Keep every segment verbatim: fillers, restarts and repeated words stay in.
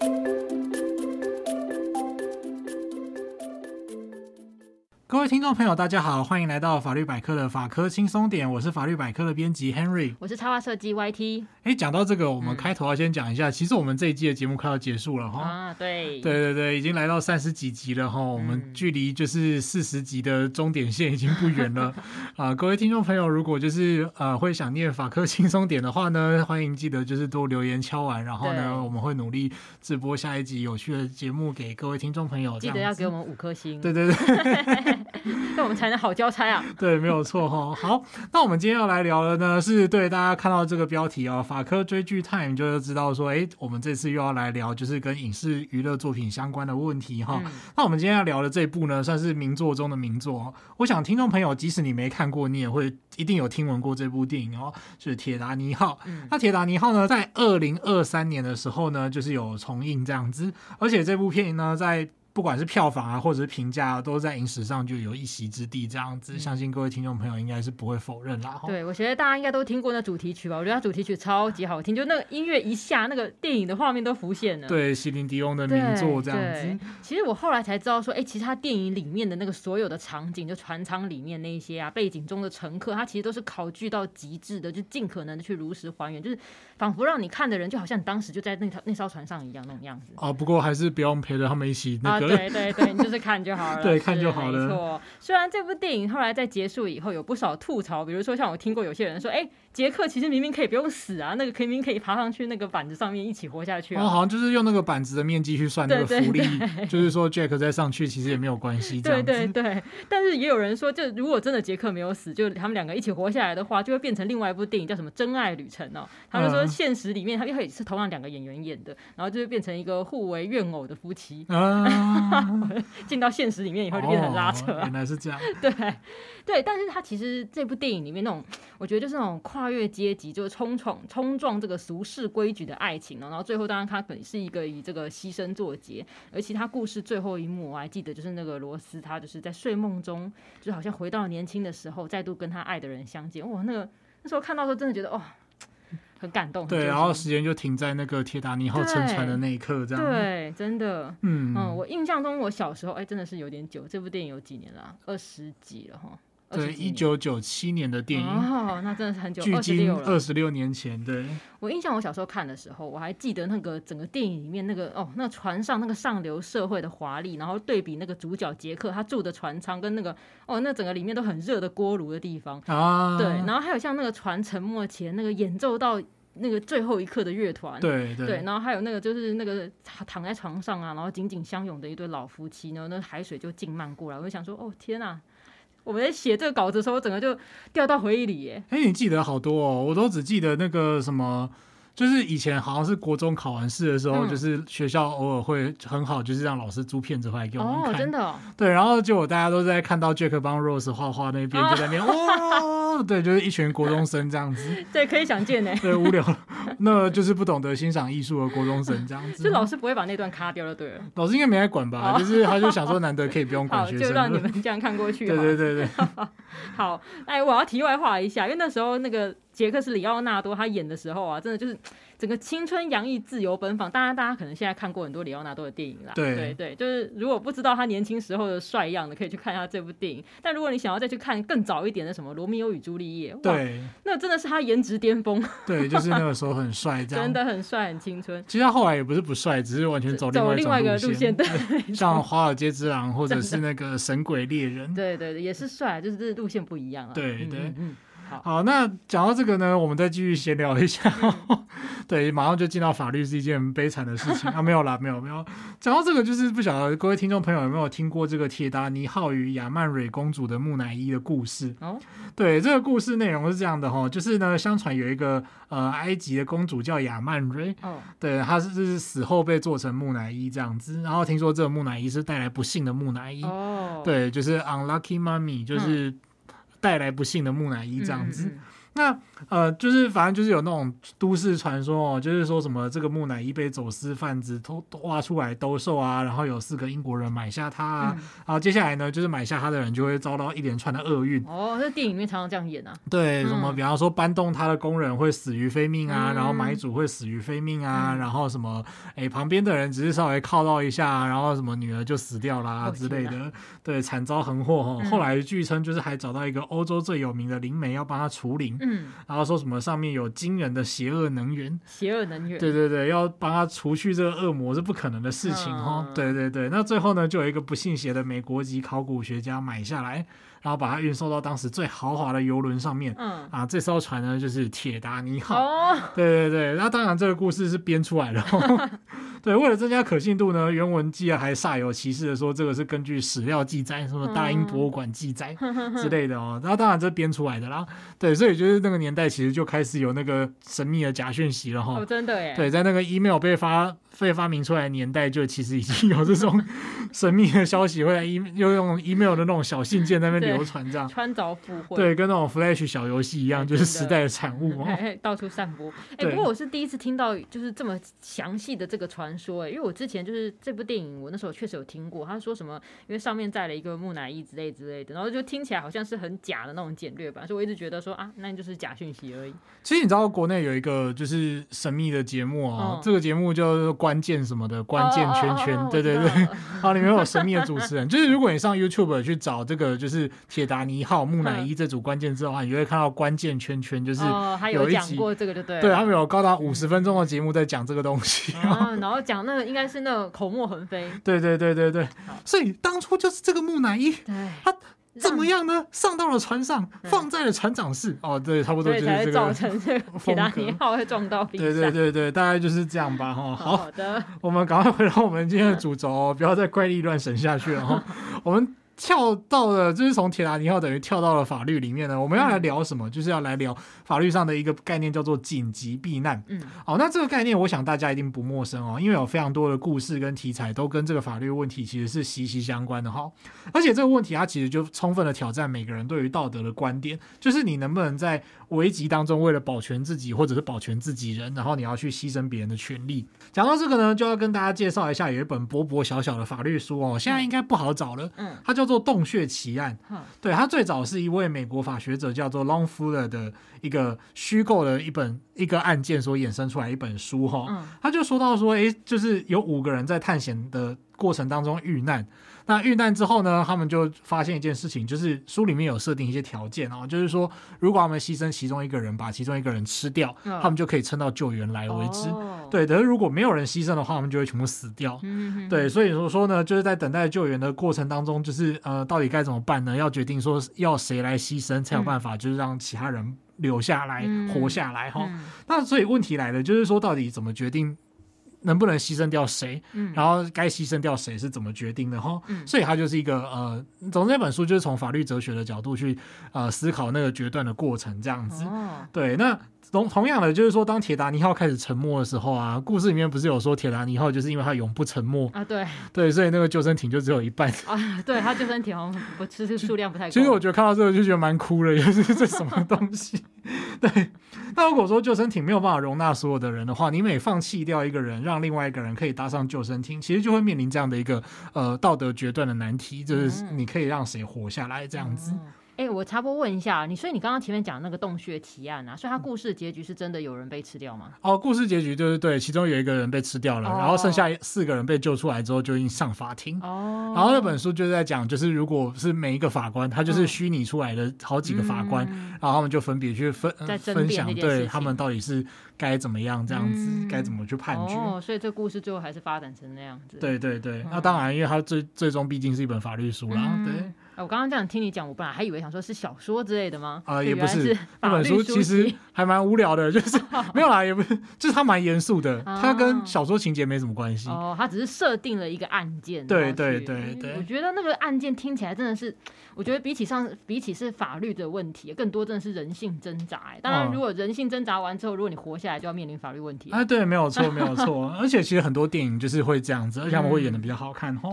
各位听众朋友大家好，欢迎来到法律百科的法科轻松点，我是法律百科的编辑 Henry， 我是插画设计 Y T。 哎，讲到这个我们开头要先讲一下、嗯、其实我们这一季的节目快要结束了啊，对对对对，已经来到三十几集了、嗯、我们距离就是四十集的终点线已经不远了啊，各位听众朋友如果就是呃会想念法科轻松点的话呢，欢迎记得就是多留言敲完，然后呢我们会努力直播下一集有趣的节目给各位听众朋友， 记得要给我们五颗星， 对对对那我们才能好交差啊。 对，没有错哈。好，那我们今天要来聊的呢，是对大家看到这个标题哦，法科追剧 time 就知道说，哎，我们这次又要来聊就是跟影视娱乐作品相关的问题哈、嗯。那我们今天要聊的这一部呢，算是名作中的名作哦。我想听众朋友即使你没看过，你也会一定有听闻过这部电影哦，就是《铁达尼号》。嗯、那《铁达尼号》呢，在二零二三年的时候呢，就是有重映这样子，而且这部片呢，在不管是票房啊，或者是评价、啊，都在影史上就有一席之地，这样子，相信各位听众朋友应该是不会否认啦。 对，我觉得大家应该都听过那主题曲吧？我觉得它主题曲超级好听，就那个音乐一下，那个电影的画面都浮现了。 对，席琳迪翁的名作这样子。 其实我后来才知道说，哎、欸，其实它电影里面的那个所有的场景，就船舱里面那一些啊，背景中的乘客，它其实都是考据到极致的，就尽可能的去如实还原，就是仿佛让你看的人就好像你当时就在那条那艘船上一样那种样子。 哦，不过还是不用陪着他们一起那个。 啊、对对对，你就是看就好了。 对，看就好了。 没错。虽然这部电影后来在结束以后有不少吐槽，比如说像我听过有些人说，哎、欸，杰克其实明明可以不用死啊，那个明明可以爬上去那个板子上面一起活下去、啊。 哦，好像就是用那个板子的面积去算那个浮力，對對對，就是说 Jack 再上去其实也没有关系。 对对对。但是也有人说，就如果真的杰克没有死，就他们两个一起活下来的话，就会变成另外一部电影，叫什么《真爱旅程》哦。他们说现实里面，他因为是同样两个演员演的，然后就会变成一个互为怨偶的夫妻。啊进到现实里面以后就变得很拉扯、啊哦、原来是这样。 对对，但是他其实这部电影里面那种，我觉得就是那种跨越阶级，就是冲闯冲撞这个俗世规矩的爱情，然后最后当然他本是一个以这个牺牲作结，而其他故事最后一幕我还记得就是那个罗斯他就是在睡梦中，就好像回到年轻的时候，再度跟他爱的人相见。哇，那个那时候看到的时候真的觉得哇。很感动， 对，然后时间就停在那个铁达尼号沉船的那一刻，这样， 对，真的， 嗯嗯，我印象中我小时候，哎，真的是有点久，这部电影有几年了、啊？二十几了哈。 对，一九九七年的电影哦，那真的是很久， 距今二十六年前。对， 我印象我小时候看的时候，我还记得那个整个电影里面那个哦，那个船上那个上流社会的华丽，然后对比那个主角杰克他住的船舱跟那个哦，那整个里面都很热的锅炉的地方啊，对，然后还有像那个船沉没前那个演奏到那个最后一刻的乐团， 对 对, 对，然后还有那个就是那个躺在床上啊，然后紧紧相拥的一对老夫妻呢，那海水就静漫过来，我就想说，哦天啊！我们在写这个稿子的时候，我整个就掉到回忆里耶。 哎、欸，你记得好多哦，我都只记得那个什么，就是以前好像是国中考完试的时候、嗯，就是学校偶尔会很好，就是让老师租片子回来给我们看。 哦，真的、哦。 对，然后结果大家都在看到 Jack 帮 Rose 画画那边，就在那边、哦、哇，对，就是一群国中生这样子。 对，可以想见呢。 对，无聊，那就是不懂得欣赏艺术的国中生这样子。 就老师不会把那段卡掉就对了。 老师应该没在管吧？哦、就是他就想说难得可以不用管学生， 好，就让你们这样看过去。 对对对对。 好，哎，我要题外话一下，因为那时候那个杰克是里奥纳多他演的时候啊，真的就是整个青春洋溢、自由奔放。当然，大家可能现在看过很多里奥纳多的电影啦， 对对对，就是如果不知道他年轻时候的帅样的，可以去看一下这部电影。但如果你想要再去看更早一点的什么《罗密欧与朱丽叶》， 对， 那真的是他颜值巅峰。 对，就是那个时候很帅，这样真的很帅，很青春。 其实他后来也不是不帅，只是完全走另外一种路线，路线对， 像《华尔街之狼》或者是那个《神鬼猎人》， 对对对，也是帅，就是路线不一样啊。 对对。 嗯嗯好, 好，那讲到这个呢，我们再继续闲聊一下。对，马上就进到法律是一件很悲惨的事情啊，没有啦，没有没有。讲到这个，就是不晓得各位听众朋友有没有听过这个铁达尼号与亚曼蕊公主的木乃伊的故事？哦，对，这个故事内容是这样的哈，就是呢，相传有一个呃埃及的公主叫亚曼蕊，哦，对，她是死后被做成木乃伊这样子，然后听说这个木乃伊是带来不幸的木乃伊，哦，对，就是 unlucky mummy，就是、嗯。带来不幸的木乃伊这样子，嗯嗯嗯那呃，就是反正就是有那种都市传说哦，就是说什么这个木乃伊被走私贩子偷挖出来兜售啊，然后有四个英国人买下它啊，嗯、然后接下来呢，就是买下它的人就会遭到一连串的厄运。 哦，这电影里面常常这样演啊。 对，什么、嗯、比方说搬动它的工人会死于非命啊，嗯、然后买主会死于非命啊，嗯、然后什么哎旁边的人只是稍微靠到一下，然后什么女儿就死掉啦、啊、之类的，对，惨遭横祸哦。嗯、后来据称就是还找到一个欧洲最有名的灵媒要帮他除灵。嗯，然后说什么上面有惊人的邪恶能源， 邪恶能源， 对对对，要帮他除去这个恶魔是不可能的事情哈、嗯。对对对，那最后呢，就有一个不信邪的美国籍考古学家买下来，然后把它运送到当时最豪华的游轮上面。嗯啊，这艘船呢就是铁达尼号。哦，对对对，那当然这个故事是编出来的、哦。对，为了增加可信度呢，原文记啊还煞有其事的说这个是根据史料记载，什么大英博物馆记载之类的哦。那当然这编出来的啦。对，所以就是那个年代其实就开始有那个神秘的假讯息了哈。 哦，真的耶。 对，在那个 email 被发被发明出来的年代，就其实已经有这种神秘的消息会来 email 又用 email 的那种小信件在那边流传，这样穿凿附会。 对，跟那种 Flash 小游戏一样，就是时代的产物嘛， 到处散播。哎，不过我是第一次听到就是这么详细的这个传说，哎，因为我之前就是这部电影，我那时候确实有听过，他说什么，因为上面载了一个木乃伊之类之类的，然后就听起来好像是很假的那种简略版，所以我一直觉得说啊，那就是假讯息而已。 其实你知道国内有一个就是神秘的节目哦，嗯、这个节目叫关键什么的关键圈圈，哦、对对对，然后里面有神秘的主持人，就是如果你上 YouTube 去找这个就是铁达尼号木乃伊这组关键字的话，你就会看到关键圈圈，就是有一集、哦、 讲过这个就对了， 对他们有高达五十分钟的节目在讲这个东西， 嗯、然后讲那个应该是那个口沫横飞， 对对对对对，所以当初就是这个木乃伊，它怎么样呢？上到了船上，放在了船长室。哦，对，差不多就是这个， 造成这个铁达尼号会撞到冰山。 对对对对，大概就是这样吧。哈，好， 好的， 我们赶快回到我们今天的主轴、哦，不要再怪力乱神下去了。哈，我们跳到了，就是从铁达尼号等于跳到了法律里面呢。我们要来聊什么？嗯、就是要来聊法律上的一个概念，叫做紧急避难。嗯，好，那这个概念，我想大家一定不陌生哦，因为有非常多的故事跟题材都跟这个法律问题其实是息息相关的哈。而且这个问题，它其实就充分的挑战每个人对于道德的观点，就是你能不能在危急当中，为了保全自己或者是保全自己人，然后你要去牺牲别人的权利。讲到这个呢，就要跟大家介绍一下，有一本薄薄小小的法律书哦，现在应该不好找了。嗯，它叫做《洞穴奇案》。嗯，对，它最早是一位美国法学者叫做 Longfellow 的一个虚构的一本一个案件所衍生出来一本书哈。嗯，他就说到说，哎，就是有五个人在探险的过程当中遇难。那遇难之后呢，他们就发现一件事情，就是书里面有设定一些条件哦，就是说如果他们牺牲其中一个人，把其中一个人吃掉，嗯、他们就可以撑到救援来为止。哦、对，但是如果没有人牺牲的话，他们就会全部死掉。嗯、对，所以说说呢，就是在等待救援的过程当中，就是呃，到底该怎么办呢？要决定说要谁来牺牲，才有办法就是让其他人留下来、嗯、活下来哈。嗯、那所以问题来了，就是说到底怎么决定？能不能牺牲掉谁、嗯、然后该牺牲掉谁是怎么决定的、嗯、所以它就是一个呃，总之这本书就是从法律哲学的角度去呃思考那个决断的过程这样子、哦、对。那同同样的就是说，当铁达尼号开始沉没的时候啊，故事里面不是有说铁达尼号就是因为它永不沉没啊， 对对，所以那个救生艇就只有一半啊，对，它救生艇好像不是数量不太够。 其实我觉得看到这个就觉得蛮哭的，就是这什么东西对。那如果说救生艇没有办法容纳所有的人的话，你每放弃掉一个人，让另外一个人可以搭上救生艇，其实就会面临这样的一个呃道德决断的难题，就是你可以让谁活下来这样子。嗯哎、欸，我插播问一下你，所以你刚刚前面讲那个洞穴奇案啊，所以它故事的结局是真的有人被吃掉吗？ 哦，故事结局就是对，其中有一个人被吃掉了，哦、然后剩下四个人被救出来之后就已经上法庭。哦，然后那本书就是在讲，就是如果是每一个法官，他就是虚拟出来的好几个法官，嗯、然后他们就分别去分、呃、分享，对他们到底是该怎么样这样子，嗯、该怎么去判决。 哦，所以这故事最后还是发展成那样子。 对对对，嗯、那当然，因为它最最终毕竟是一本法律书啦，嗯、对。 我刚刚这样听你讲，我本来还以为想说是小说之类的吗？ 啊、呃，也不是，那本书其实还蛮无聊的，就是没有啦，也不是，就是它蛮严肃的，它跟小说情节没什么关系。 哦，它只是设定了一个案件。 对对对对， 我觉得那个案件听起来真的是，我觉得比起上比起是法律的问题，更多真的是人性挣扎。当然，如果人性挣扎完之后，如果你活下来，就要面临法律问题。 啊，对，没有错，没有错。而且其实很多电影就是会这样子，而且他们会演的比较好看。嗯、对。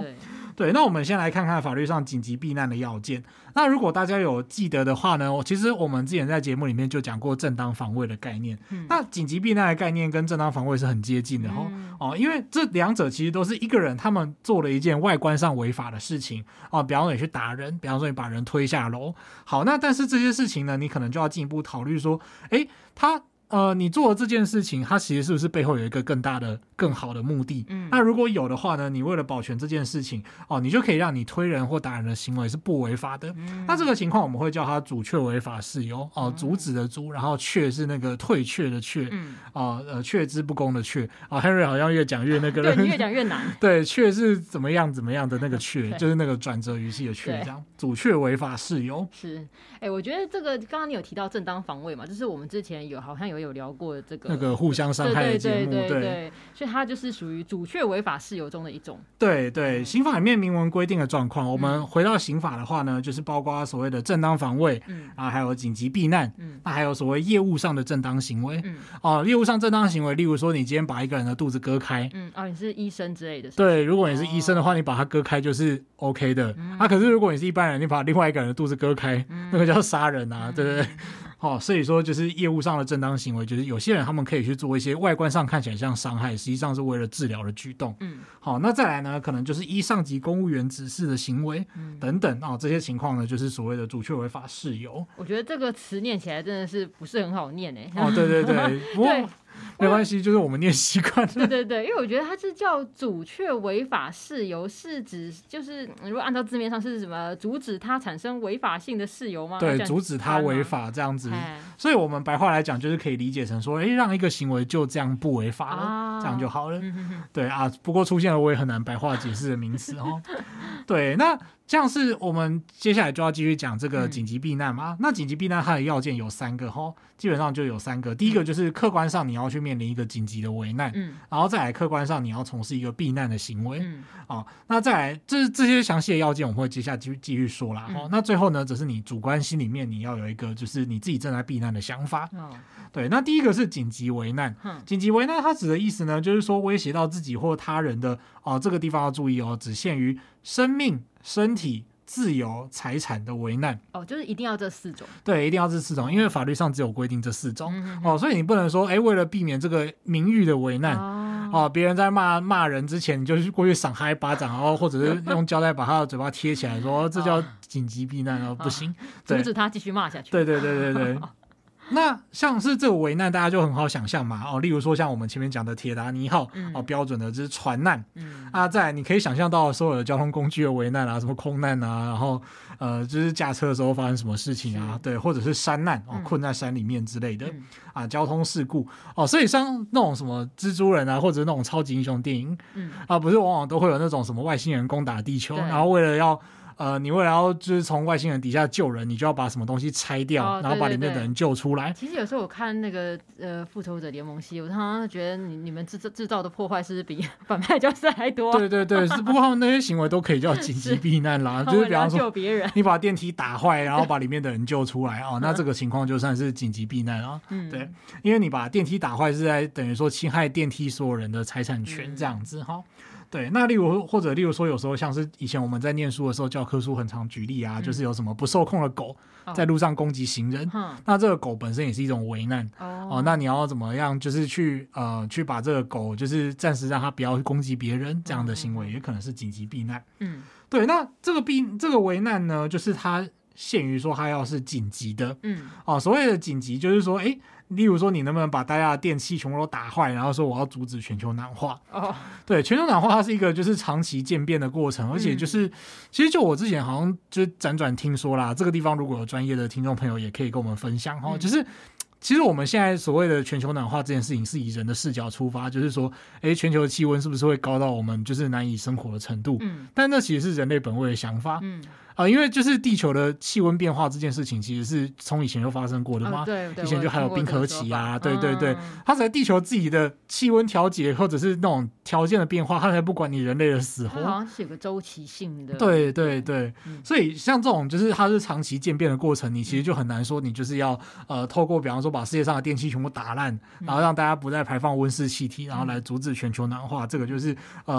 对，那我们先来看看法律上紧急避难的要件。那如果大家有记得的话呢，其实我们之前在节目里面就讲过正当防卫的概念。嗯、那紧急避难的概念跟正当防卫是很接近的、哦嗯、哦，因为这两者其实都是一个人他们做了一件外观上违法的事情哦，比方说你去打人，比方说你把人推下楼。好，那但是这些事情呢，你可能就要进一步考虑说，哎，他。呃，你做的这件事情，它其实是不是背后有一个更大的、更好的目的？嗯，那如果有的话呢，你为了保全这件事情，哦，你就可以让你推人或打人的行为是不违法的。嗯、那这个情况我们会叫它阻却违法事由哦，阻止的阻，然后却是那个退却的却，嗯，哦，呃，却之不恭的却。啊、哦、，Henry 好像越讲越那个， 对，你越讲越难。 对，却是怎么样怎么样的那个却，就是那个转折语气的却，这样阻却违法事由。 是，哎，我觉得这个刚刚你有提到正当防卫嘛，就是我们之前有好像有有聊过这个。 那个互相伤害的节目， 对对对 对, 对，所以它就是属于阻却违法事由中的一种。 对对，刑法里面明文规定的状况，我们回到刑法的话呢，就是包括所谓的正当防卫，嗯，然后还有紧急避难，嗯，那还有所谓业务上的正当行为，嗯，哦，业务上正当行为，例如说你今天把一个人的肚子割开， 嗯，哦，你是医生之类的， 对，如果你是医生的话，哦、你把它割开就是 OK 的，嗯、啊，可是如果你是一般人，你把另外一个人的肚子割开，嗯、那个叫杀人啊，嗯、对不对？哦，所以说就是业务上的正当行为，就是有些人他们可以去做一些外观上看起来像伤害，实际上是为了治疗的举动。嗯，好，那再来呢，可能就是依上级公务员指示的行为、嗯、等等哦，这些情况呢，就是所谓的阻却违法事由。 我觉得这个词念起来真的是不是很好念诶。 哦，对对对，不过没关系，就是我们念习惯了。 对对对，因为我觉得它是叫阻却违法事由，是指就是如果按照字面上是什么阻止它产生违法性的事由吗？ 对，阻止它违法这样子。所以我们白话来讲，就是可以理解成说，哎，让一个行为就这样不违法了，啊、这样就好了。嗯、哼哼对啊，不过出现了我也很难白话解释的名词哦。对，那这样是我们接下来就要继续讲这个紧急避难嘛？嗯、那紧急避难它的要件有三个哈，基本上就有三个。第一个就是客观上你要去面临一个紧急的危难，嗯，然后再来客观上你要从事一个避难的行为，嗯，哦，那再来这这些详细的要件我们会接下来继续继续说啦。嗯、哦，那最后呢，则是你主观心里面你要有一个就是你自己正在避难的想法。哦，对，那第一个是紧急危难，嗯、紧急危难它指的意思呢，就是说威胁到自己或他人的哦，这个地方要注意哦，只限于生命、身体、自由、财产的危难。 哦，就是一定要这四种。 对，一定要这四种，因为法律上只有规定这四种。嗯、哦，所以你不能说，哎，为了避免这个名誉的危难，哦，别人在骂骂人之前，你就过去赏他一巴掌，然后或者是用胶带把他的嘴巴贴起来，说这叫紧急避难，哦，不行， 阻止他继续骂下去。 对对对对对。那像是这个危难，大家就很好想象嘛，哦，例如说像我们前面讲的铁达尼号，嗯、哦，标准的就是船难，嗯、啊，再来你可以想象到所有的交通工具的危难啊，什么空难啊，然后呃，就是驾车的时候发生什么事情啊，对，或者是山难哦，困在山里面之类的，嗯、啊，交通事故哦，所以像那种什么蜘蛛人啊，或者那种超级英雄电影，嗯、啊，不是往往都会有那种什么外星人攻打地球，然后为了要呃，你为了要就是从外星人底下救人，你就要把什么东西拆掉，哦、然后把里面的人救出来。 其实有时候我看那个呃复仇者联盟系，我常常觉得你你们制制造的破坏是比反派角色还多。 对对对，不过他们那些行为都可以叫紧急避难啦，是就是比方说救别人， 你把电梯打坏，然后把里面的人救出来啊，那这个情况就算是紧急避难啊。嗯，对，因为你把电梯打坏是在等于说侵害电梯所有人的财产权这样子哈。嗯，对，那例如或者例如说，有时候像是以前我们在念书的时候，教科书很常举例啊，嗯、就是有什么不受控的狗在路上攻击行人，哦、那这个狗本身也是一种危难哦、呃。那你要怎么样，就是去呃去把这个狗，就是暂时让它不要攻击别人，这样的行为也可能是紧急避难。嗯，对，那这个避这个危难呢，就是它限于说它要是紧急的。嗯，哦、呃，所谓的紧急就是说，哎。例如说，你能不能把大家的电器全部都打坏，然后说我要阻止全球暖化？哦，对，全球暖化它是一个就是长期渐变的过程，而且就是、嗯、其实就我之前好像就辗转听说啦，这个地方如果有专业的听众朋友也可以跟我们分享哈，嗯、就是其实我们现在所谓的全球暖化这件事情是以人的视角出发，就是说，哎，全球的气温是不是会高到我们就是难以生活的程度？嗯，但那其实是人类本位的想法。嗯。啊、呃，因为就是地球的气温变化这件事情，其实是从以前就发生过的嘛。哦、对对，以前就还有冰河期啊，对对对，它在地球自己的气温调节或者是那种条件的变化，它才不管你人类的死活。 它好像是有个周期性的。 对对对，嗯、所以像这种就是它是长期渐变的过程，你其实就很难说你就是要呃透过比方说把世界上的电器全部打烂，然后让大家不再排放温室气体，然后来阻止全球暖化，嗯、这个就是呃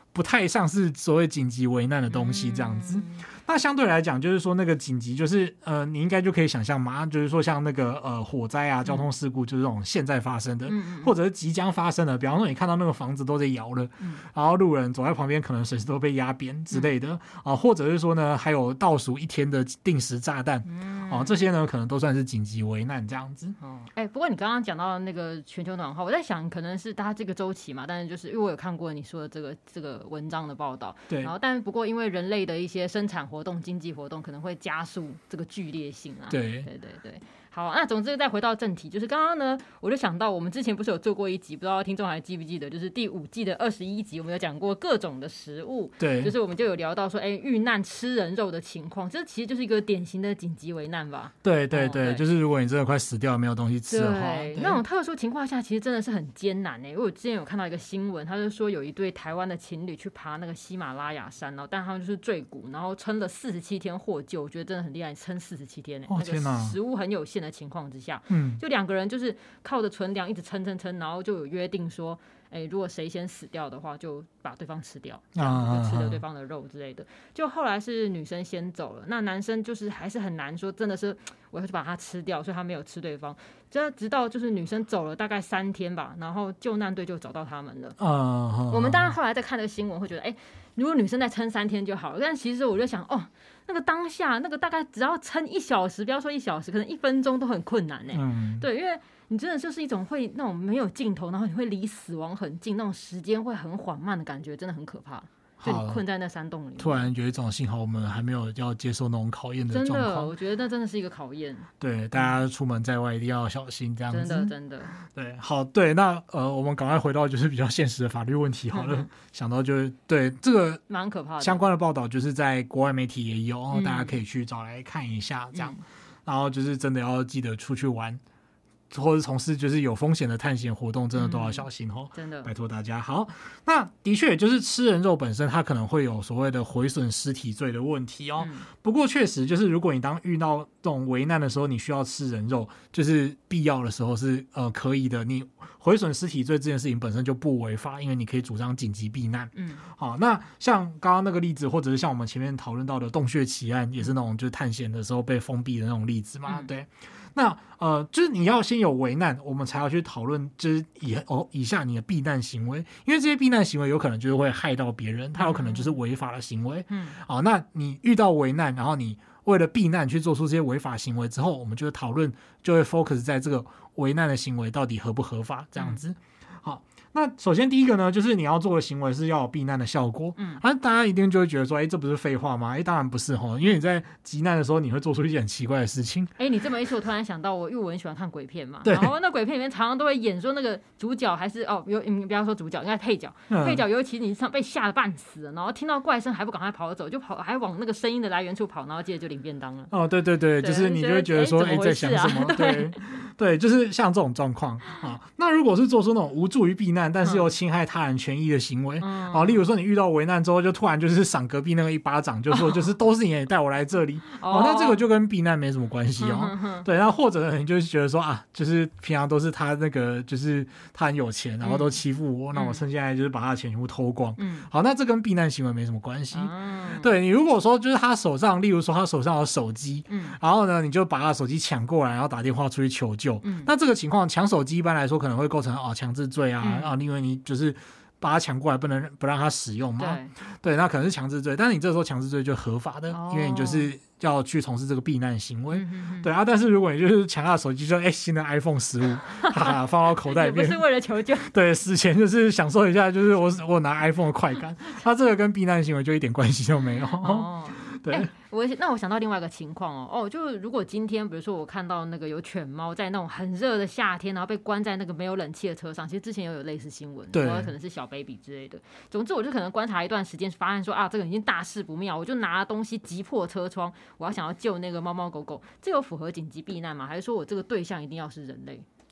不太像是所谓紧急危难的东西这样子。嗯，那相对来讲，就是说那个紧急，就是呃，你应该就可以想象嘛，就是说像那个呃火灾啊、交通事故，就是这种现在发生的，嗯、或者是即将发生的。比方说，你看到那个房子都在摇了，嗯、然后路人走在旁边，可能随时都被压扁之类的啊、嗯呃，或者是说呢，还有倒数一天的定时炸弹，嗯、哦，这些呢可能都算是紧急危难这样子。 哦，哎、欸，不过你刚刚讲到那个全球暖化，我在想，可能是它这个周期嘛，但是就是因为我有看过你说的这个这个文章的报道， 对， 然后但不过因为人类的一些生产活动、经济活动可能会加速这个剧烈性啊。 对对对对，好，那总之再回到正题，就是刚刚呢，我就想到我们之前不是有做过一集，不知道听众还记不记得，就是第五季的二十一集，我们有讲过各种的食物， 对， 就是我们就有聊到说，哎、欸，遇难吃人肉的情况，这其实就是一个典型的紧急危难吧？ 对对 对,、哦、对，就是如果你真的快死掉，没有东西吃的话， 对，那种特殊情况下，其实真的是很艰难哎、欸。因为我之前有看到一个新闻，他就说有一对台湾的情侣去爬那个喜马拉雅山，然后但他们就是坠谷，然后撑了四十七天获救，我觉得真的很厉害，撑四十七天哎、欸， 哦天哪， 那个食物很有限的情况之下。 嗯， 就两个人就是靠着存粮一直撑撑撑，然后就有约定说，哎，如果谁先死掉的话，就把对方吃掉，这样就吃了对方的肉之类的。就后来是女生先走了，那男生就是还是很难说，真的是我要去把他吃掉，所以他没有吃对方。这直到就是女生走了大概三天吧，然后救难队就找到他们了。 嗯， 我们当然后来再看这个新闻，会觉得，哎，如果女生再撑三天就好了。但其实我就想，哦。那个当下，那个大概只要撑一小时，不要说一小时，可能一分钟都很困难呢、欸。嗯，对，因为你真的就是一种会那种没有尽头，然后你会离死亡很近，那种时间会很缓慢的感觉，真的很可怕。就你困在那山洞里面， 突然有一种幸好我们还没有要接受那种考验的状况。 真的，我觉得那真的是一个考验。 对，大家出门在外一定要小心，这样子。 真的，真的。 对，好，对，那呃，我们赶快回到就是比较现实的法律问题好了。嗯、想到就是对这个蛮可怕的， 相关的报道就是在国外媒体也有，嗯、大家可以去找来看一下，这样。嗯、然后就是真的要记得出去玩。或者从事就是有风险的探险活动，真的都要小心哦、嗯！ 真的， 拜托大家。好，那的确就是吃人肉本身，它可能会有所谓的毁损尸体罪的问题哦。嗯、不过确实，就是如果你当遇到这种危难的时候，你需要吃人肉，就是必要的时候是呃可以的。你毁损尸体罪这件事情本身就不违法，因为你可以主张紧急避难。嗯，好，那像刚刚那个例子，或者是像我们前面讨论到的洞穴奇案，也是那种就是探险的时候被封闭的那种例子嘛，嗯、对。那呃，就是你要先有危难，我们才要去讨论，就是以哦以下你的避难行为，因为这些避难行为有可能就是会害到别人，它有可能就是违法的行为。嗯，哦，那你遇到危难，然后你为了避难去做出这些违法行为之后，我们就会讨论，就会 focus 在这个危难的行为到底合不合法这样子。嗯、好。那首先第一个呢，就是你要做的行为是要有避难的效果。嗯，啊，大家一定就会觉得说，哎，这不是废话吗？哎，当然不是齁，因为你在急难的时候，你会做出一件很奇怪的事情。 哎，你这么一说，我突然想到我，因为我很喜欢看鬼片嘛，然后那鬼片里面常常都会演说那个主角还是哦，有你不要说主角，应该配角，嗯、配角尤其你上被吓得半死了，然后听到怪声还不赶快跑走，就跑还往那个声音的来源处跑，然后接着就领便当了。 哦，对对对，对就是你就会觉得说，哎，在想什么？对对，就是像这种状况啊。那如果是做出那种无助于避难，但是又侵害他人权益的行为，嗯、哦，例如说你遇到危难之后，就突然就是赏隔壁那个一巴掌，就说就是都是你带我来这里，哦，哦那这个就跟避难没什么关系哦。嗯、哼哼对，然后或者你就是觉得说啊，就是平常都是他那个，就是他很有钱，然后都欺负我，嗯、那我趁现在就是把他的钱全部偷光。嗯，好，那这跟避难行为没什么关系。嗯、对你如果说就是他手上，例如说他手上有手机，嗯，然后呢你就把他的手机抢过来，然后打电话出去求救，嗯，那这个情况抢手机一般来说可能会构成哦强制罪啊，嗯、啊，因为你就是把他抢过来，不能不让他使用嘛。对，对，那可能是强制罪，但是你这时候强制罪就合法的，哦、因为你就是要去从事这个避难行为。嗯、哼哼对啊，但是如果你就是抢他的手机，就哎、欸、新的 iPhone 十五，哈哈，放到口袋里面， 不是为了求救。 对，死前就是享受一下，就是我我拿 iPhone 的快感，他这个跟避难行为就一点关系都没有。哦对、欸， 我那我想到另外一个情况哦，哦，就是如果今天比如说我看到那个有犬猫在那种很热的夏天，然后被关在那个没有冷气的车上，其实之前也有类似新闻，对，可能是小 baby 之类的。总之，我就可能观察一段时间，发现说啊，这个已经大事不妙，我就拿东西击破车窗，我要想要救那个猫猫狗狗，这有符合紧急避难吗？还是说我这个对象一定要是人类？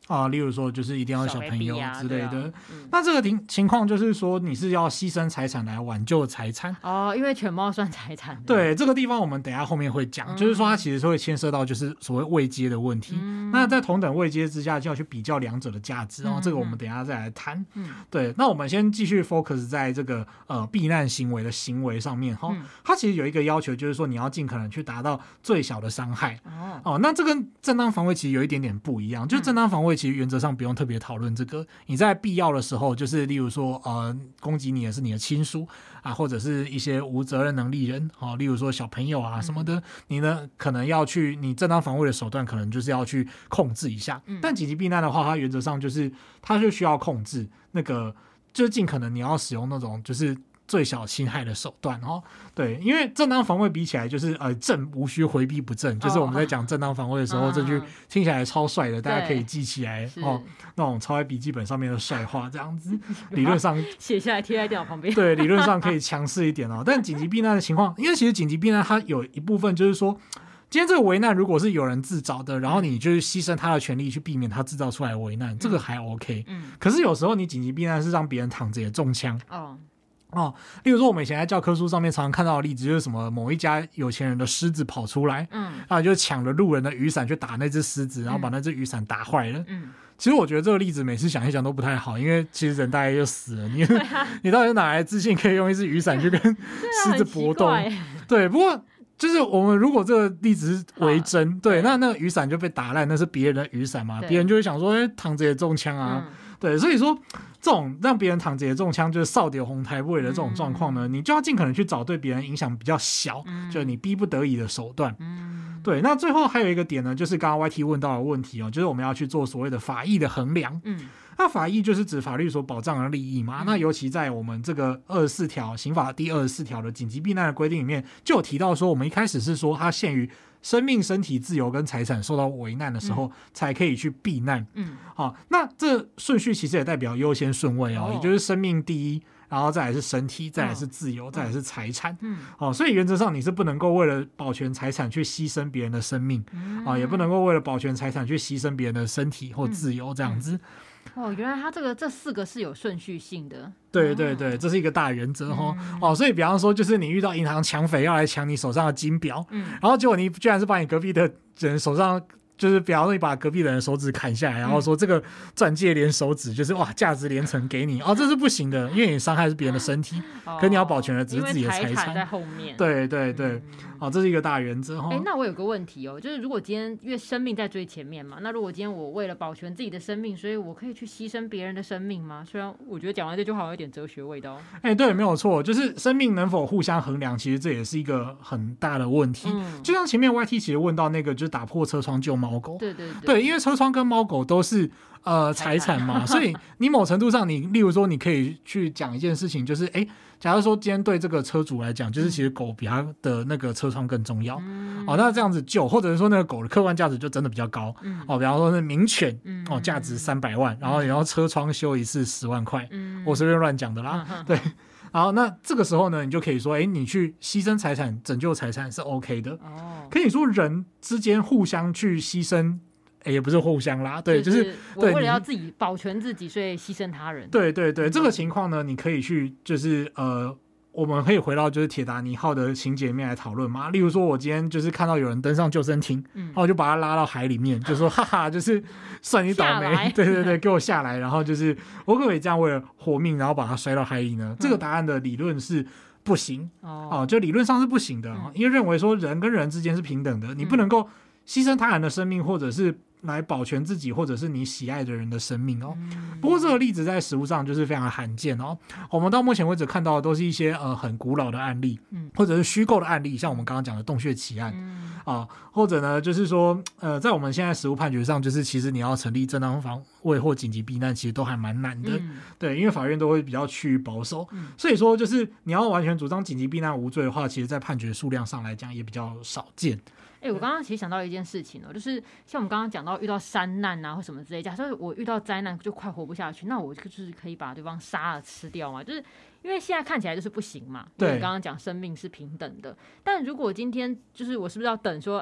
啊，例如说就是一定要小朋友之类的。 啊嗯、 那这个情情况就是说，你是要牺牲财产来挽救财产哦，因为犬猫算财产。 对，这个地方我们等一下后面会讲，嗯、就是说它其实是会牵涉到就是所谓位阶的问题。嗯、那在同等位阶之下，就要去比较两者的价值哦。嗯、这个我们等一下再来谈。嗯，对，那我们先继续 focus 在这个呃避难行为的行为上面哈。嗯、它其实有一个要求，就是说你要尽可能去达到最小的伤害。哦，哦，那这跟正当防卫其实有一点点不一样，就是正当防卫其实原则上不用特别讨论这个，你在必要的时候，就是例如说呃攻击你的是你的亲属啊，或者是一些无责任能力人，哦，例如说小朋友啊什么的，嗯、你呢可能要去你正当防卫的手段，可能就是要去控制一下。嗯、但紧急避难的话，它原则上就是它就需要控制那个，就是尽可能你要使用那种就是最小侵害的手段哦。对，因为正当防卫比起来，就是呃正无需回避不正，就是我们在讲正当防卫的时候，哦、这句听起来超帅的，大家可以记起来哦。那种抄在笔记本上面的帅话，这样子理论上写下来贴在电脑旁边。 对，理论上可以强势一点哦。但紧急避难的情况，因为其实紧急避难它有一部分就是说，今天这个危难如果是有人自找的，然后你就是牺牲他的权利去避免他制造出来的危难，嗯、这个还 OK。嗯。可是有时候你紧急避难是让别人躺着也中枪。哦。哦，例如说我们以前在教科书上面常常看到的例子，就是什么某一家有钱人的狮子跑出来，嗯，啊，就抢了路人的雨伞去打那只狮子，然后把那只雨伞打坏了，嗯。其实我觉得这个例子每次想一想都不太好，因为其实人大概就死了，你、啊、你到底哪来的自信可以用一只雨伞去跟狮子搏斗？对, 啊、对，不过就是我们如果这个例子是为真，对，那那个雨伞就被打烂，那是别人的雨伞嘛，别人就会想说，哎，躺着也中枪啊。嗯，对，所以说这种让别人躺着也中枪，就是扫丢红台位的这种状况呢，嗯、你就要尽可能去找对别人影响比较小，嗯、就是你逼不得已的手段。嗯，对。那最后还有一个点呢，就是刚刚 Y T 问到的问题哦，就是我们要去做所谓的法益的衡量。嗯，那法益就是指法律所保障的利益嘛。嗯、那尤其在我们这个二十四条刑法第二十四条的紧急避难的规定里面，就有提到说，我们一开始是说它限于生命、身体、自由跟财产受到危难的时候，嗯、才可以去避难。嗯，好，那这顺序其实也代表优先顺位哦，哦也就是生命第一，然后再来是身体，再来是自由，哦、再来是财产。嗯，好，所以原则上你是不能够为了保全财产去牺牲别人的生命，嗯、啊，也不能够为了保全财产去牺牲别人的身体或自由这样子。嗯嗯、哦，原来它这个这四个是有顺序性的。 对对对，这是一个大原则哈。嗯、哦，所以比方说，就是你遇到银行抢匪要来抢你手上的金表，嗯、然后结果你居然是把你隔壁的人手上，就是比方说你把隔壁的人手指砍下来，然后说这个钻戒连手指就是哇价值连城给你，哦，这是不行的，因为你伤害是别人的身体，哦、可你要保全的只是自己的财产。 因为财产在后面。 对对对，嗯、哦，这是一个大原则哈。 哎，那我有个问题哦，就是如果今天因为生命在最前面嘛，那如果今天我为了保全自己的生命，所以我可以去牺牲别人的生命吗？虽然我觉得讲完这句话有点哲学味道。 哎，对，没有错，就是生命能否互相衡量，其实这也是一个很大的问题。嗯、就像前面 Y T 其实问到那个，就是打破车窗救猫狗。 对对对。 对，因为车窗跟猫狗都是呃财产嘛，所以你某程度上你，例如说你可以去讲一件事情，就是哎，假如说今天对这个车主来讲，就是其实狗比他的那个车窗更重要。嗯、哦，那这样子救，或者是说那个狗的客观价值就真的比较高。嗯、哦，比方说那名犬，嗯、哦，价值三百万，然后然后车窗修一次十万块，嗯、我随便乱讲的啦。嗯、对。然后那这个时候呢，你就可以说，哎，你去牺牲财产、拯救财产是 OK 的。哦，可以说人之间互相去牺牲，也不是互相啦，对，就是、就是我为了要自己保全自己，所以牺牲他人。 对对对，嗯、这个情况呢，你可以去就是呃。我们可以回到就是铁达尼号的情节里面来讨论嘛。例如说，我今天就是看到有人登上救生艇，嗯、然后我就把他拉到海里面，就说哈哈，就是算你倒霉，对对对，给我下来。然后就是我可不可以这样为了活命，然后把他摔到海里呢？嗯、这个答案的理论是不行哦、呃，就理论上是不行的，嗯、因为认为说人跟人之间是平等的，你不能够牺牲他人的生命，或者是来保全自己或者是你喜爱的人的生命哦。嗯、不过这个例子在实务上就是非常罕见哦。我们到目前为止看到的都是一些呃很古老的案例，嗯、或者是虚构的案例，像我们刚刚讲的洞穴奇案，嗯、啊，或者呢就是说呃在我们现在实务判决上，就是其实你要成立正当防卫或紧急避难，其实都还蛮难的。嗯、对，因为法院都会比较趋于保守，嗯、所以说就是你要完全主张紧急避难无罪的话，其实在判决数量上来讲也比较少见。 哎、欸，我刚刚其实想到一件事情哦，就是像我们刚刚讲到遇到山难啊或什么之类，假设我遇到灾难就快活不下去，那我就是可以把对方杀了吃掉嘛？就是因为现在看起来就是不行嘛。对，刚刚讲生命是平等的，但如果今天就是我是不是要等说，哎、欸，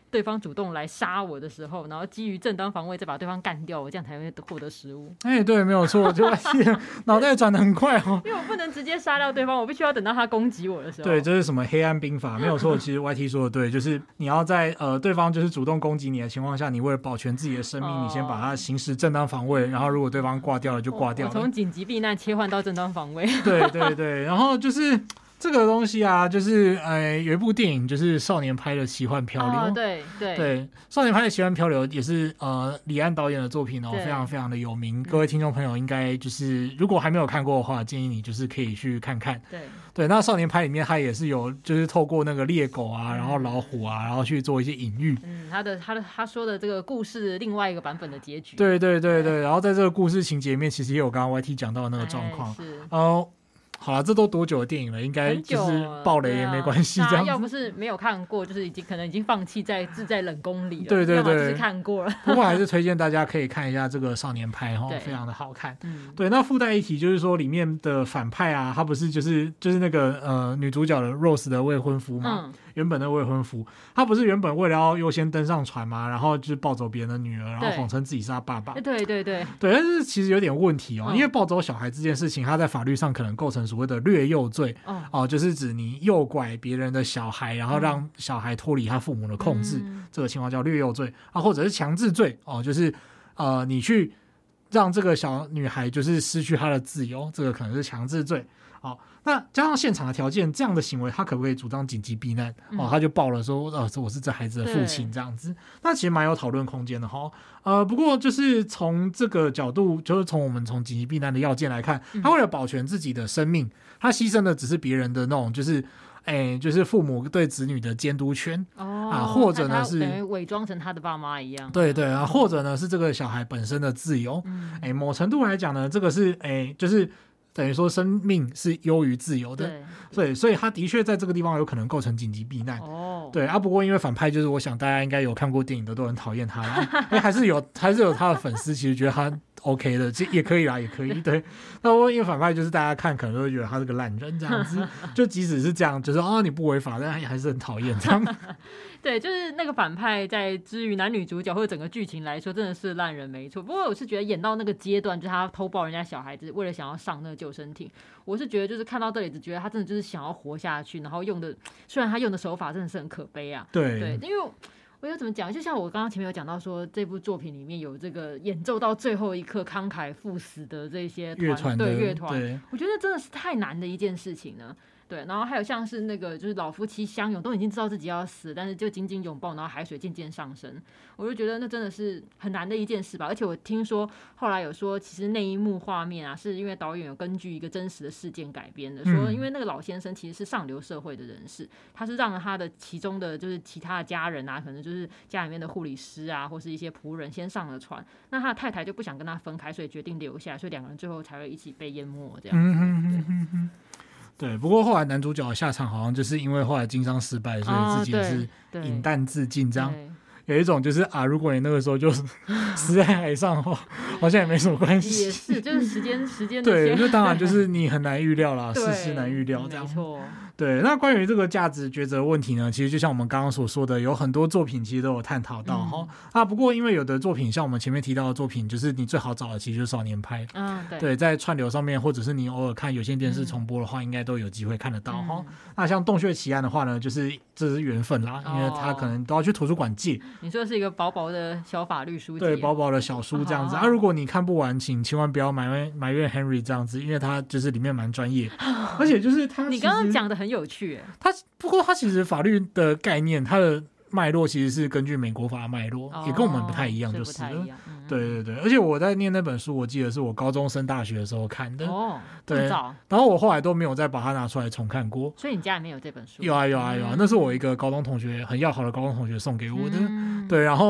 对方主动来杀我的时候，然后基于正当防卫再把对方干掉，我这样才会获得食物。 哎、欸，对，没有错，就脑袋转得很快哦， 因为我不能直接杀掉对方，我必须要等到他攻击我的时候。 对，这是什么黑暗兵法？没有错，其实 Y T 说的对，就是你要在呃对方就是主动攻击你的情况下，你为了保全自己的生命，哦、你先把他行使正当防卫，然后如果对方挂掉了就挂掉了。 我从紧急避难切换到正当防卫。 对对对，然后就是这个东西啊，就是呃有一部电影就是少年拍的《奇幻漂流》， 哦，对对对，少年拍的《奇幻漂流》也是呃李安导演的作品哦，非常非常的有名。各位听众朋友应该就是如果还没有看过的话，建议你就是可以去看看。 对对，那少年拍里面他也是有就是透过那个猎狗啊，然后老虎啊，然后去做一些隐喻。 嗯，他的他的他说的这个故事另外一个版本的结局。 对对对对，然后在这个故事情节里面，其实也有刚刚 Y T 讲到的那个状况。 哎、是呃。好了，这都多久的电影了？应该就是爆雷也没关系，这样、 啊、要不是没有看过，就是已经可能已经放弃在志在冷宫里了。 对对对， 就是看过了。 不过还是推荐大家可以看一下这个少年派哈，非常的好看。 嗯， 对。那附带一提就是说，里面的反派啊，他不是就是就是那个呃女主角的 Rose 的未婚夫嘛、嗯，原本的未婚夫，他不是原本为了要优先登上船嘛，然后就是抱走别人的女儿，然后谎称自己是他爸爸。 对对对对，但是其实有点问题哦，嗯、因为抱走小孩这件事情，他在法律上可能构成所谓的掠幼罪。哦, 哦，就是指你诱拐别人的小孩，然后让小孩脱离他父母的控制，嗯、这个情况叫掠幼罪啊，或者是强制罪哦，就是呃，你去让这个小女孩就是失去她的自由，这个可能是强制罪。好、哦，那加上现场的条件，这样的行为他可不可以主张紧急避难？哦，他就报了说，呃，我是这孩子的父亲这样子。那其实蛮有讨论空间的哈。呃，不过就是从这个角度，就是从我们从紧急避难的要件来看，他为了保全自己的生命，他牺牲的只是别人的那种就是。哎，就是父母对子女的监督权、哦、啊，或者呢是等于伪装成他的爸妈一样， 对对啊，或者呢是这个小孩本身的自由。嗯，哎，某程度来讲呢，这个是哎，就是等于说生命是优于自由的，对，所以所以他的确在这个地方有可能构成紧急避难。哦，对啊，不过因为反派就是我想大家应该有看过电影的都很讨厌他啦，哎，还是有还是有他的粉丝其实觉得他。OK 的，也可以啦，也可以。对，那我因为反派就是大家看可能都会觉得他是个烂人这样子，就即使是这样，就是哦你不违法，但还是很讨厌这样。 对，就是那个反派在至于男女主角或者整个剧情来说，真的是烂人没错。不过我是觉得演到那个阶段，就是他偷抱人家小孩子，为了想要上那个救生艇，我是觉得就是看到这里，只觉得他真的就是想要活下去，然后用的虽然他用的手法真的是很可悲啊。 对， 对，因为。我要怎么讲？就像我刚刚前面有讲到说，这部作品里面有这个演奏到最后一刻慷慨赴死的这些乐团， 对乐团，我觉得真的是太难的一件事情呢。对，然后还有像是那个就是老夫妻相拥，都已经知道自己要死，但是就紧紧拥抱，然后海水渐渐上升，我就觉得那真的是很难的一件事吧。而且我听说后来有说，其实那一幕画面啊，是因为导演有根据一个真实的事件改编的，说因为那个老先生其实是上流社会的人士，他是让他的其中的就是其他的家人啊，可能就是家里面的护理师啊，或是一些仆人先上了船，那他的太太就不想跟他分开，所以决定留下来，所以两个人最后才会一起被淹没这样子。嗯对，不过后来男主角的下场好像就是因为后来经商失败，所以自己也是饮弹自尽这样。有一种就是啊，如果你那个时候就死在海上的话，好像也没什么关系。 也是，就是时间时间对，就当然就是你很难预料啦，世事难预料这样。 没错。 对，那关于这个价值抉择问题呢，其实就像我们刚刚所说的，有很多作品其实都有探讨到哈、嗯。啊，不过因为有的作品像我们前面提到的作品，就是你最好找的其实就是少年派。嗯，对。对，在串流上面，或者是你偶尔看有线电视重播的话，嗯、应该都有机会看得到哈、嗯。那像《洞穴奇案》的话呢，就是这是缘分啦，因为他可能都要去图书馆借。 你说是一个薄薄的小法律书籍、啊， 对，薄薄的小书这样子。啊，如果你看不完，请千万不要埋怨埋怨 Henry 这样子，因为他就是里面蛮专业，而且就是他， 你刚刚讲的很有趣、欸。 他不过他其实法律的概念，他的脉络其实是根据美国法的脉络、哦，也跟我们不太一样，就是了。嗯、对对对，而且我在念那本书，我记得是我高中升大学的时候看的。哦，对。然后我后来都没有再把它拿出来重看过。 所以你家里面有这本书？ 有啊有啊有啊，嗯、那是我一个高中同学很要好的高中同学送给我的。嗯、对，然后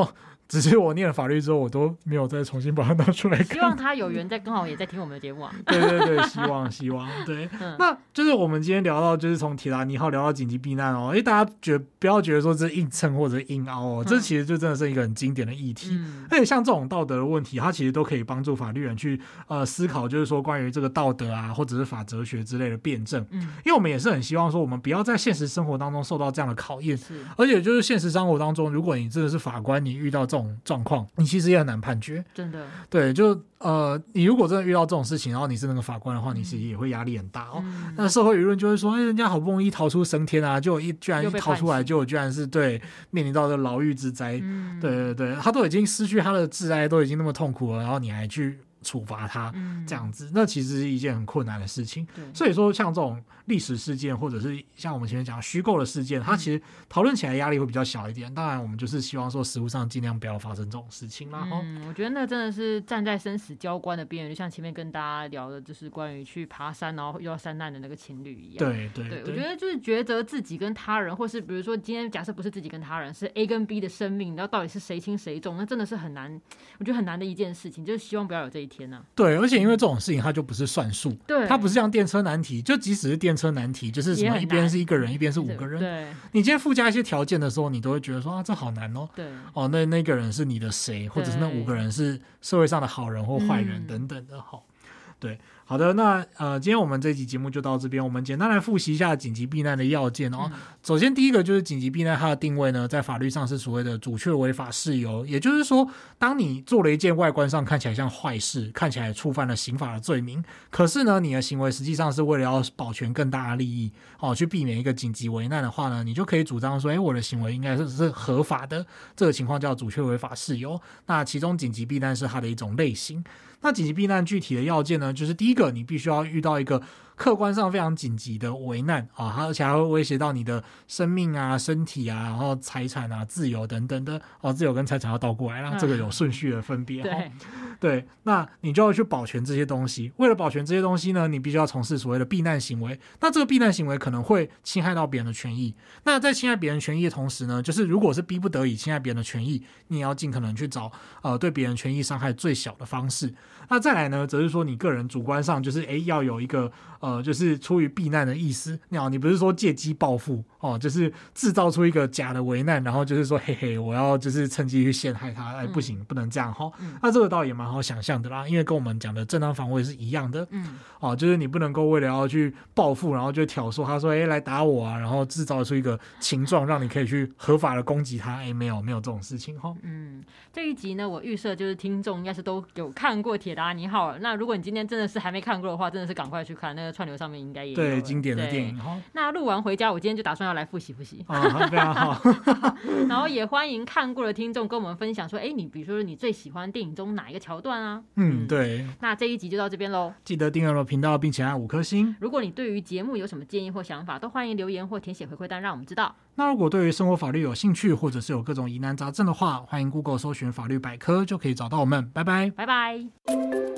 只是我念了法律之后，我都没有再重新把它拿出来看。 希望他有缘在，刚好也在听我们的节目啊。 对对对，希望希望对、嗯。那就是我们今天聊到，就是从铁达尼号聊到紧急避难哦，哎，大家觉得不要觉得说这硬蹭或者硬凹哦，这其实就真的是一个很经典的议题。嗯、而且像这种道德的问题，它其实都可以帮助法律人去呃思考，就是说关于这个道德啊，或者是法哲学之类的辩证。嗯，因为我们也是很希望说，我们不要在现实生活当中受到这样的考验。是，而且就是现实生活当中，如果你真的是法官，你遇到这种状况，你其实也很难判决。真的，对，就呃，你如果真的遇到这种事情，然后你是那个法官的话，你其实也会压力很大哦。嗯、那社会舆论就会说，哎，人家好不容易逃出升天啊，就一居然一逃出来，就居然是对面临到的牢狱之灾。嗯、对对对，他都已经失去他的挚爱，都已经那么痛苦了，然后你还去处罚他、嗯、这样子，那其实是一件很困难的事情。所以说像这种历史事件，或者是像我们前面讲虚构的事件，它其实讨论起来压力会比较小一点。当然我们就是希望说实务上尽量不要发生这种事情啦。 嗯，我觉得那真的是站在生死交关的边缘，就像前面跟大家聊的就是关于去爬山然后遇到山难的那个情侣一样。 对对 对, 对，我觉得就是抉择自己跟他人，或是比如说今天假设不是自己跟他人，是 A 跟 B 的生命，然后到底是谁轻谁重，那真的是很难，我觉得很难的一件事情，就是希望不要有这一天啊。 对，而且因为这种事情它就不是算数，对，它不是像电车难题，就即使是电车难题，就是什么一边是一个人，一边是五个人，对，你今天附加一些条件的时候，你都会觉得说啊，这好难哦。对，哦，那那个人是你的谁，或者是那五个人是社会上的好人或坏人等等的，好，对。好的，那呃，今天我们这期节目就到这边。我们简单来复习一下紧急避难的要件哦。嗯、首先，第一个就是紧急避难，它的定位呢，在法律上是所谓的阻却违法事由，也就是说，当你做了一件外观上看起来像坏事，看起来触犯了刑法的罪名，可是呢，你的行为实际上是为了要保全更大的利益，哦，去避免一个紧急危难的话呢，你就可以主张说，哎，我的行为应该是是合法的，这个情况叫阻却违法事由。那其中紧急避难是它的一种类型。那紧急避难具体的要件呢，就是第一个，你必须要遇到一个客观上非常紧急的危难啊，而且还会威胁到你的生命啊、身体啊，然后财产啊、自由等等的哦，自由跟财产要倒过来，让这个有顺序的分别。对、哦、对，那你就要去保全这些东西。为了保全这些东西呢，你必须要从事所谓的避难行为。那这个避难行为可能会侵害到别人的权益。那在侵害别人权益的同时呢，就是如果是逼不得已侵害别人的权益，你也要尽可能去找呃对别人权益伤害最小的方式。那再来呢，则是说你个人主观上就是哎要有一个呃就是出于避难的意思，你不是说借机报复哦，就是制造出一个假的危难，然后就是说嘿嘿我要就是趁机去陷害他，哎不行、嗯、不能这样哈、哦嗯。那这个倒也蛮好想象的啦，因为跟我们讲的正当防卫是一样的，嗯，哦就是你不能够为了要去报复，然后就挑唆他说哎来打我啊，然后制造出一个情状让你可以去合法的攻击他，哎没有没有这种事情哈、哦。 嗯，这一集呢我预设就是听众应该是都有看过铁达尼号了，那如果你今天真的是还没看过的话，真的是赶快去看，那个串流上面应该也有对经典的电影。 那录完回家，我今天就打算要来复习复习、 哦、非常好然后也欢迎看过的听众跟我们分享说，哎，你比如说你最喜欢电影中哪一个桥段啊？ 嗯，对。 那这一集就到这边咯， 记得订阅我的频道并且按五颗星。 如果你对于节目有什么建议或想法，都欢迎留言或填写回馈单让我们知道。 那如果对于生活法律有兴趣，或者是有各种疑难杂症的话，欢迎 Google 搜寻法律百科就可以找到我们。拜拜， 拜拜。